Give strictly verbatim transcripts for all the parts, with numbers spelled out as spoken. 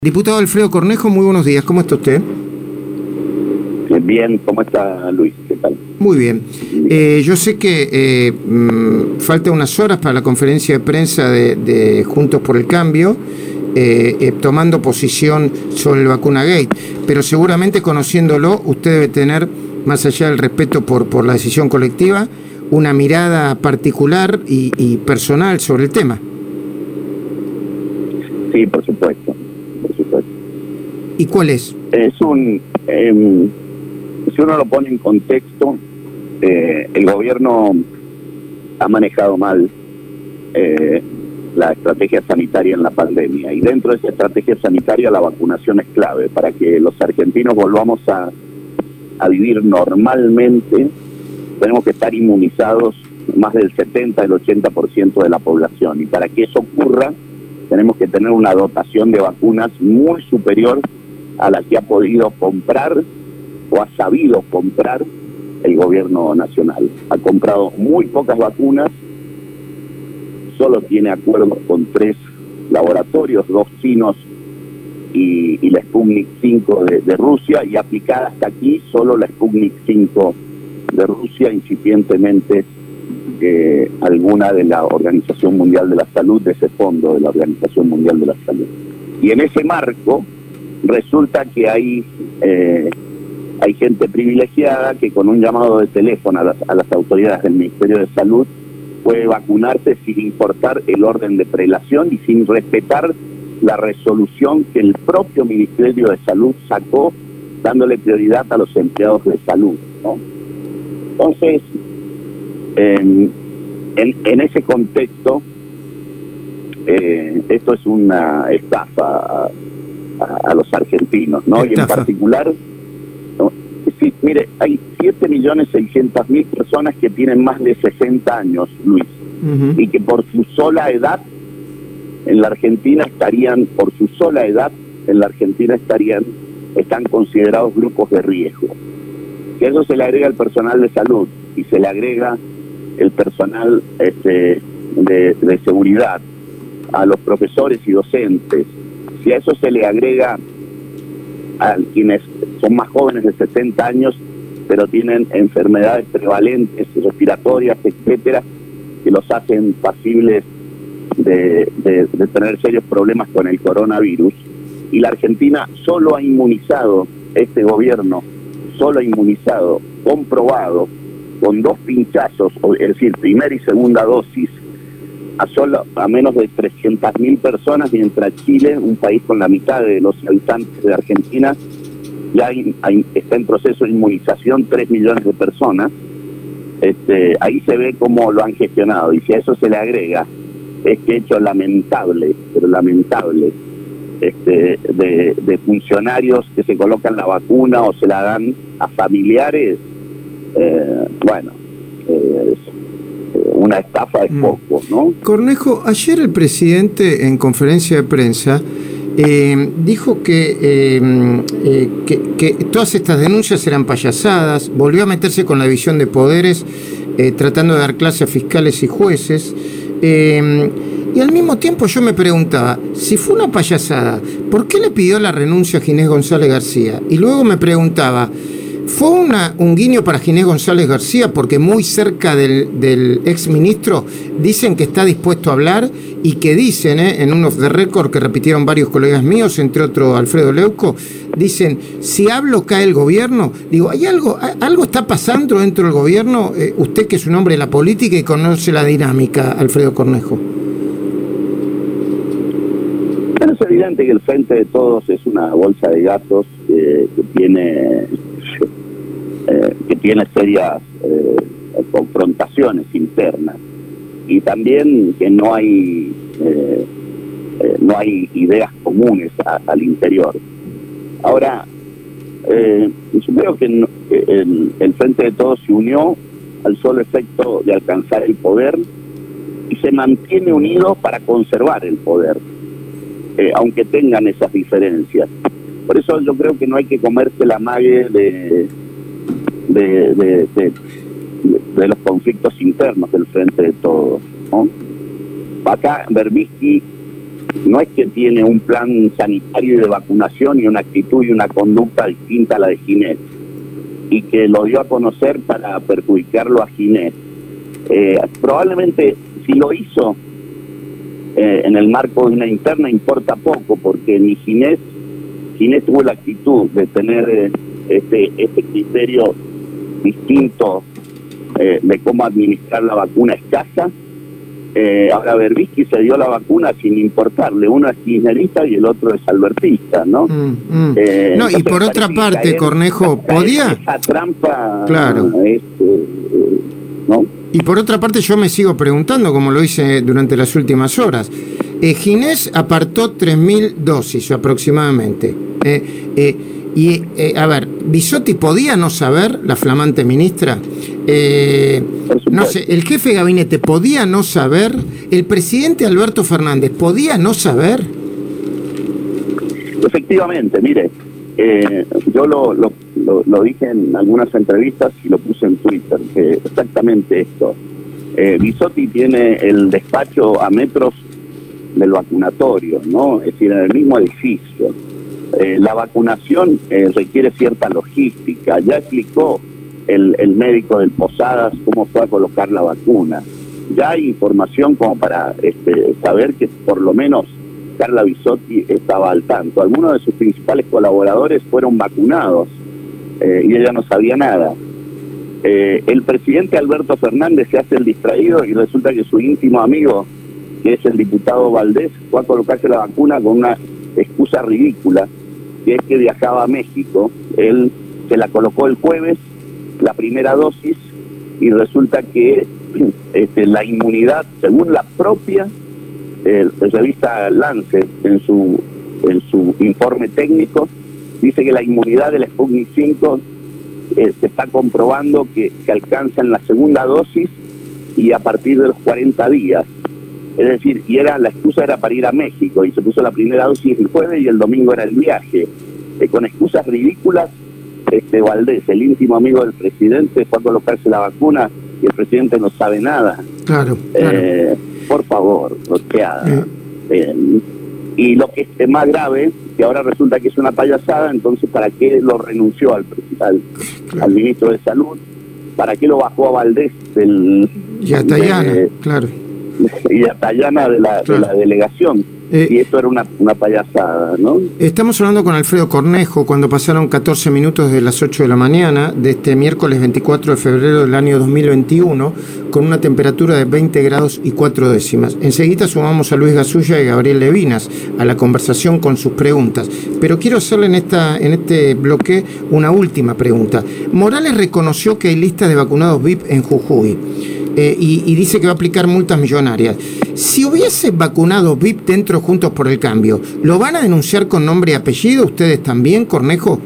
Diputado Alfredo Cornejo, muy buenos días. ¿Cómo está usted? Bien, ¿cómo está Luis? ¿Qué tal? Muy bien. Eh, yo sé que eh, mmm, falta unas horas para la conferencia de prensa de, de Juntos por el Cambio, eh, eh, tomando posición sobre el Vacunagate, pero seguramente conociéndolo, usted debe tener, más allá del respeto por, por la decisión colectiva, una mirada particular y, y personal sobre el tema. Sí, por supuesto. Por supuesto. ¿Y cuál es? Es un... Eh, si uno lo pone en contexto, eh, el gobierno ha manejado mal eh, la estrategia sanitaria en la pandemia, y dentro de esa estrategia sanitaria la vacunación es clave para que los argentinos volvamos a, a vivir normalmente. Tenemos que estar inmunizados más del setenta, el ochenta por ciento de la población, y para que eso ocurra tenemos que tener una dotación de vacunas muy superior a la que ha podido comprar o ha sabido comprar el gobierno nacional. Ha comprado muy pocas vacunas, solo tiene acuerdos con tres laboratorios, dos chinos y, y la Sputnik cinco de, de Rusia, y aplicada hasta aquí solo la Sputnik cinco de Rusia, incipientemente eh, alguna de la Organización Mundial de la Salud, de ese fondo de la Organización Mundial de la Salud. Y en ese marco resulta que hay... Eh, Hay gente privilegiada que con un llamado de teléfono a las, a las autoridades del Ministerio de Salud puede vacunarse sin importar el orden de prelación y sin respetar la resolución que el propio Ministerio de Salud sacó, dándole prioridad a los empleados de salud, ¿no? Entonces, eh, en, en ese contexto, eh, esto es una estafa a, a, a los argentinos, ¿no? Y en particular... Sí, mire, hay siete millones seiscientas mil personas que tienen más de sesenta años, Luis, uh-huh. y que por su sola edad en la Argentina estarían, por su sola edad en la Argentina estarían, están considerados grupos de riesgo. Que eso se le agrega al personal de salud y se le agrega el personal este, de, de seguridad, a los profesores y docentes. Si a eso se le agrega a quienes son más jóvenes de sesenta años, pero tienen enfermedades prevalentes, respiratorias, etcétera, que los hacen pasibles de, de, de tener serios problemas con el coronavirus. Y la Argentina solo ha inmunizado, este gobierno, solo ha inmunizado, comprobado, con dos pinchazos, es decir, primera y segunda dosis, a solo a menos de trescientas mil personas, mientras Chile, un país con la mitad de los habitantes de Argentina, ya hay, hay, está en proceso de inmunización tres millones de personas. Este, ahí se ve cómo lo han gestionado, y si a eso se le agrega este hecho lamentable, pero lamentable, este, de, de funcionarios que se colocan la vacuna o se la dan a familiares, eh, bueno, eh, una estafa es poco, ¿no? Cornejo, ayer el presidente en conferencia de prensa eh, dijo que, eh, eh, que, que todas estas denuncias eran payasadas, volvió a meterse con la división de poderes, eh, tratando de dar clase a fiscales y jueces, eh, y al mismo tiempo yo me preguntaba, si fue una payasada, ¿por qué le pidió la renuncia a Ginés González García? Y luego me preguntaba, ¿fue una, un guiño para Ginés González García porque muy cerca del, del exministro dicen que está dispuesto a hablar, y que dicen, eh, en un off the record que repitieron varios colegas míos, entre otros Alfredo Leuco, dicen, si hablo cae el gobierno? Digo, ¿hay algo, algo está pasando dentro del gobierno? Eh, usted que es un hombre de la política y conoce la dinámica, Alfredo Cornejo. Pero es evidente que el Frente de Todos es una bolsa de gatos eh, que tiene... Eh, que tiene serias eh, confrontaciones internas, y también que no hay eh, eh, no hay ideas comunes a, al interior. Ahora, eh, yo creo que, no, que el, el Frente de Todos se unió al solo efecto de alcanzar el poder, y se mantiene unido para conservar el poder, eh, aunque tengan esas diferencias. Por eso yo creo que no hay que comerse la mague de De, de, de, de los conflictos internos del Frente de Todos, ¿no? Acá Berbisky no es que tiene un plan sanitario de vacunación y una actitud y una conducta distinta a la de Ginés, y que lo dio a conocer para perjudicarlo a Ginés. Eh, probablemente si lo hizo eh, en el marco de una interna importa poco, porque ni Ginés, Ginés tuvo la actitud de tener eh, este, este criterio distinto eh, de cómo administrar la vacuna escasa. Eh, ahora Berbisky se dio la vacuna sin importarle, uno es kirchnerista y el otro es albertista, ¿no? Mm, mm. Eh, no, y por otra parte, caer, Cornejo, ¿podía? Esa trampa, claro. Es, eh, ¿no? Y por otra parte yo me sigo preguntando, como lo hice durante las últimas horas, eh, Ginés apartó tres mil dosis aproximadamente, eh, eh, y eh, a ver, Bisotti podía no saber, la flamante ministra, eh, no sé, el jefe de gabinete podía no saber, el presidente Alberto Fernández podía no saber. Efectivamente, mire, eh, yo lo, lo, lo, lo dije en algunas entrevistas y lo puse en Twitter, que exactamente esto. Eh, Bisotti tiene el despacho a metros del vacunatorio, ¿no? Es decir, en el mismo edificio. Eh, la vacunación eh, requiere cierta logística. Ya explicó el, el médico del Posadas cómo fue a colocar la vacuna. Ya hay información como para este, saber que por lo menos Carla Bisotti estaba al tanto. Algunos de sus principales colaboradores fueron vacunados eh, y ella no sabía nada. Eh, el presidente Alberto Fernández se hace el distraído y resulta que su íntimo amigo, que es el diputado Valdés, fue a colocarse la vacuna con una excusa ridícula, que es que viajaba a México. Él se la colocó el jueves, la primera dosis, y resulta que este, la inmunidad, según la propia eh, revista Lancet, en su, en su informe técnico, dice que la inmunidad del Sputnik cinco eh, se está comprobando que se alcanza en la segunda dosis y a partir de los cuarenta días. Es decir, y era la excusa era para ir a México, y se puso la primera dosis el jueves y el domingo era el viaje. Eh, con excusas ridículas, este Valdés, el íntimo amigo del presidente, fue a colocarse la vacuna y el presidente no sabe nada. Claro, claro. Eh, por favor, o sea, eh. Eh, y lo que es más grave, que ahora resulta que es una payasada, entonces ¿para qué lo renunció al, al, claro. al ministro de Salud? ¿Para qué lo bajó a Valdés del... Y a Tayana, de, claro. y a Tayana de la, claro. de la delegación? Eh, y esto era una, una payasada, ¿no? Estamos hablando con Alfredo Cornejo cuando pasaron catorce minutos de las ocho de la mañana de este miércoles veinticuatro de febrero del año dos mil veintiuno, con una temperatura de veinte grados y cuatro décimas. Enseguida sumamos a Luis Gasulla y Gabriel Levinas a la conversación con sus preguntas. Pero quiero hacerle en, esta, en este bloque una última pregunta. Morales reconoció que hay listas de vacunados V I P en Jujuy. Eh, y, y dice que va a aplicar multas millonarias. Si hubiese vacunado V I P dentro Juntos por el Cambio, ¿lo van a denunciar con nombre y apellido ustedes también, Cornejo?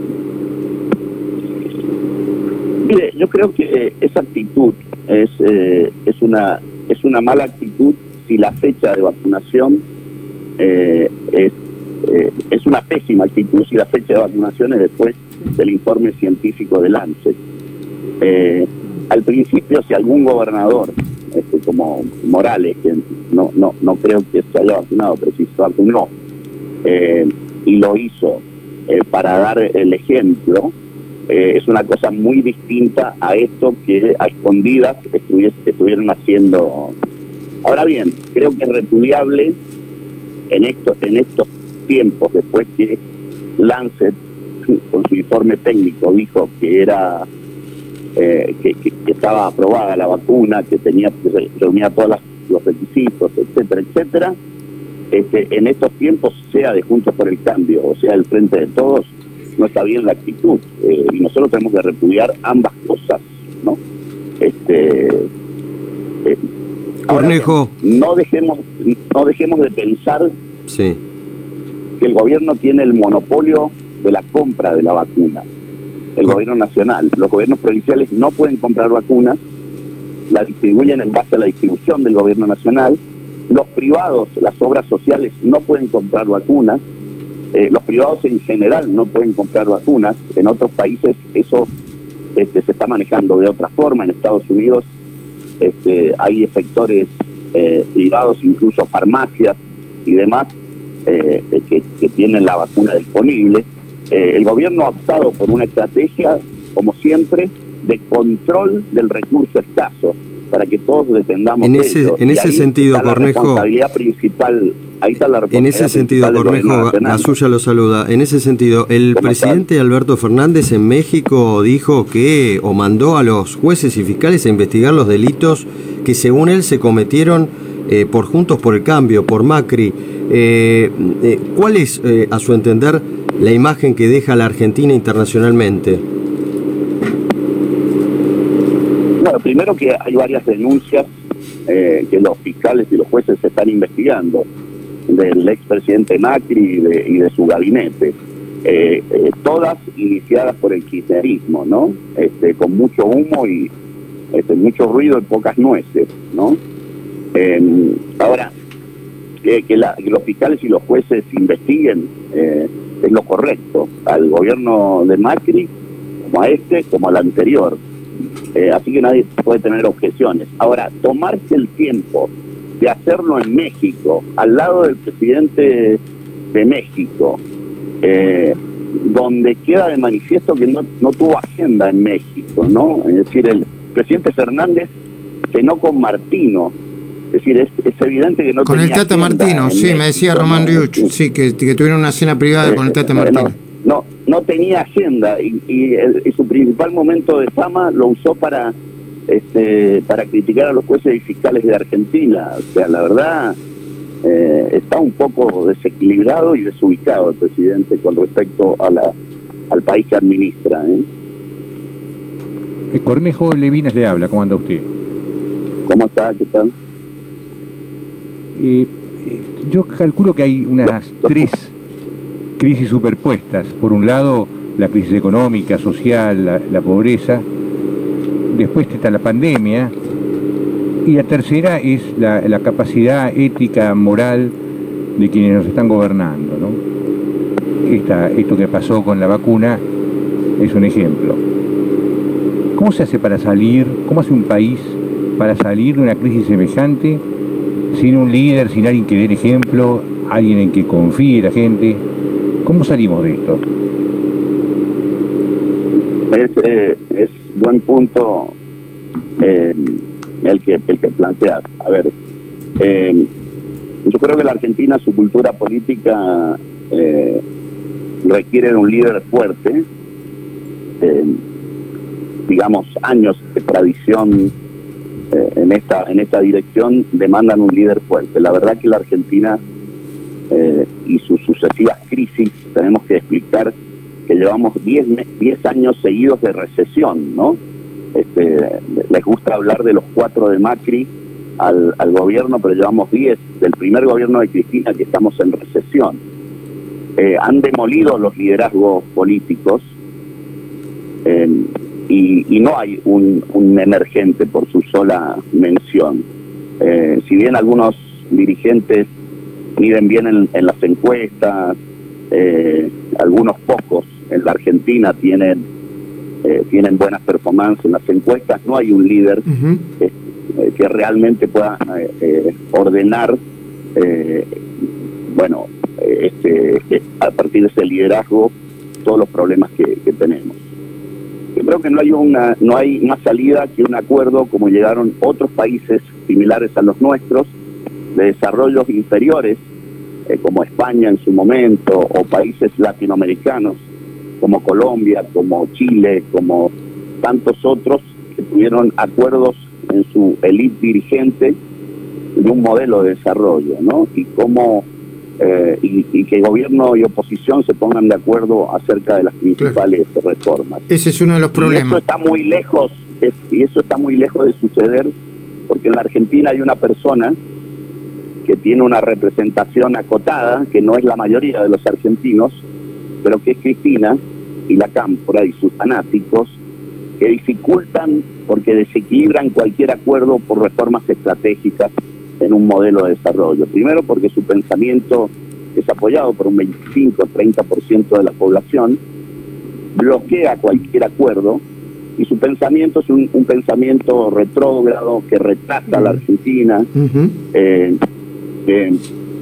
Mire, yo creo que esa actitud es eh, es una es una mala actitud si la fecha de vacunación eh, es eh, es una pésima actitud si la fecha de vacunación es después del informe científico de Lancet. Eh, Al principio, si algún gobernador, este, como Morales, que no no no creo que se haya vacunado, pero sí se vacunó, eh, y lo hizo eh, para dar el ejemplo, eh, es una cosa muy distinta a esto que a escondidas estuvieron haciendo. Ahora bien, creo que es repudiable en estos, en estos tiempos, después que Lancet, con su informe técnico, dijo que era... Eh, que, que, que estaba aprobada la vacuna, que tenía que reunía todos las, los requisitos, etcétera, etcétera. Este, en estos tiempos, sea de Juntos por el Cambio o sea del Frente de Todos, no está bien la actitud, eh, y nosotros tenemos que repudiar ambas cosas, ¿no? Este, eh, Cornejo, no dejemos no dejemos de pensar sí. que el gobierno tiene el monopolio de la compra de la vacuna. El gobierno nacional, los gobiernos provinciales no pueden comprar vacunas, la distribuyen en base a la distribución del gobierno nacional. Los privados, las obras sociales no pueden comprar vacunas, eh, los privados en general no pueden comprar vacunas. En otros países eso este, se está manejando de otra forma. En Estados Unidos este, hay sectores eh, privados, incluso farmacias, y demás, eh, que, que tienen la vacuna disponible. Eh, el gobierno ha optado por una estrategia, como siempre, de control del recurso escaso, para que todos dependamos en de ese, ello. En y ese ahí sentido, está la Cornejo... responsabilidad principal, ahí está la responsabilidad En ese sentido, Cornejo, Gasulla lo saluda. En ese sentido, el presidente están? Alberto Fernández en México dijo que, o mandó a los jueces y fiscales a investigar los delitos que según él se cometieron eh, por Juntos por el Cambio, por Macri. Eh, eh, ¿Cuál es, eh, a su entender, la imagen que deja la Argentina internacionalmente? Bueno, primero que hay varias denuncias eh, que los fiscales y los jueces están investigando del expresidente Macri y de, y de su gabinete, eh, eh, todas iniciadas por el kirchnerismo, ¿no? Este, con mucho humo y este, mucho ruido y pocas nueces, ¿no? Eh, ahora, que, que, la, que los fiscales y los jueces investiguen eh, es lo correcto, al gobierno de Macri, como a este, como al anterior. Eh, así que nadie puede tener objeciones. Ahora, tomarse el tiempo de hacerlo en México, al lado del presidente de México, eh, donde queda de manifiesto que no, no tuvo agenda en México, ¿no? Es decir, el presidente Fernández cenó con Martino. Es decir, es, es evidente que no con tenía el Tata Martino, sí, México, me decía Román ¿no? Riuch, sí, que, que tuvieron una cena privada eh, con el Tata Martino. No, no, no tenía agenda y, y, el, y su principal momento de fama lo usó para este para criticar a los jueces y fiscales de Argentina. O sea, la verdad, eh, está un poco desequilibrado y desubicado el presidente con respecto a la al país que administra. ¿eh? El Cornejo Levinas le habla, ¿cómo anda usted? ¿Cómo está? ¿Qué tal? Eh, yo calculo que hay unas tres crisis superpuestas. Por un lado, la crisis económica, social, la, la pobreza. Después está la pandemia. Y la tercera es la, la capacidad ética, moral de quienes nos están gobernando, ¿no? Esta, esto que pasó con la vacuna es un ejemplo. ¿Cómo se hace para salir, cómo hace un país para salir de una crisis semejante sin un líder, sin alguien que dé el ejemplo, alguien en que confíe la gente? ¿Cómo salimos de esto? Es, eh, es buen punto eh, el que el que planteas. A ver, eh, yo creo que la Argentina, su cultura política eh, requiere de un líder fuerte, eh, digamos, años de tradición eh, en esta en esta dirección demandan un líder fuerte. La verdad que la Argentina Eh, y sus sucesivas crisis, tenemos que explicar que llevamos diez años seguidos de recesión, ¿no? Este, les gusta hablar de los cuatro de Macri al, al gobierno, pero llevamos diez del primer gobierno de Cristina que estamos en recesión. Eh, han demolido los liderazgos políticos eh, y, y no hay un, un emergente por su sola mención. Eh, si bien algunos dirigentes miden bien en, en las encuestas, eh, algunos pocos en la Argentina tienen eh, tienen buenas performances en las encuestas, no hay un líder uh-huh. eh, que realmente pueda eh, eh, ordenar eh, bueno este, este, a partir de ese liderazgo todos los problemas que, que tenemos. Yo creo que no hay una no hay más salida que un acuerdo como llegaron otros países similares a los nuestros, de desarrollos inferiores, eh, como España en su momento, o países latinoamericanos, como Colombia, como Chile, como tantos otros, que tuvieron acuerdos en su élite dirigente de un modelo de desarrollo, ¿no? Y cómo eh, y, y que gobierno y oposición se pongan de acuerdo acerca de las principales claro. reformas. Ese es uno de los problemas. Y eso está muy lejos, es, y eso está muy lejos de suceder, porque en la Argentina hay una persona que tiene una representación acotada, que no es la mayoría de los argentinos, pero que es Cristina y la Cámpora y sus fanáticos, que dificultan porque desequilibran cualquier acuerdo por reformas estratégicas en un modelo de desarrollo. Primero porque su pensamiento es apoyado por un veinticinco a treinta por ciento de la población, bloquea cualquier acuerdo, y su pensamiento es un, un pensamiento retrógrado que retrasa a la Argentina, uh-huh. eh, Eh,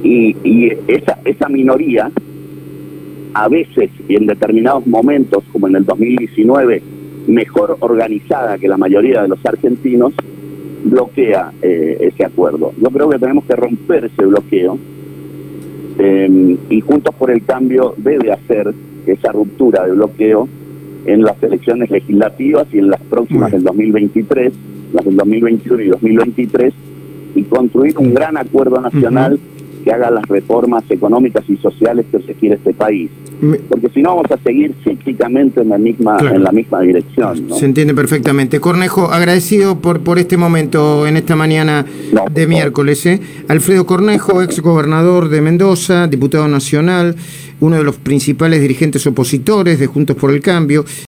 y, y esa, esa minoría, a veces y en determinados momentos, como en el dos mil diecinueve, mejor organizada que la mayoría de los argentinos, bloquea eh, ese acuerdo. Yo creo que tenemos que romper ese bloqueo, eh, y Juntos por el Cambio debe hacer esa ruptura de bloqueo en las elecciones legislativas y en las próximas del dos mil veintitrés, las del dos mil veintiuno y dos mil veintitrés, y construir un gran acuerdo nacional uh-huh. que haga las reformas económicas y sociales que se quiere este país. Porque si no vamos a seguir cíclicamente en la misma claro. en la misma dirección, ¿no? Se entiende perfectamente. Cornejo, agradecido por por este momento en esta mañana no, de miércoles. ¿eh? Alfredo Cornejo, ex gobernador de Mendoza, diputado nacional, uno de los principales dirigentes opositores de Juntos por el Cambio.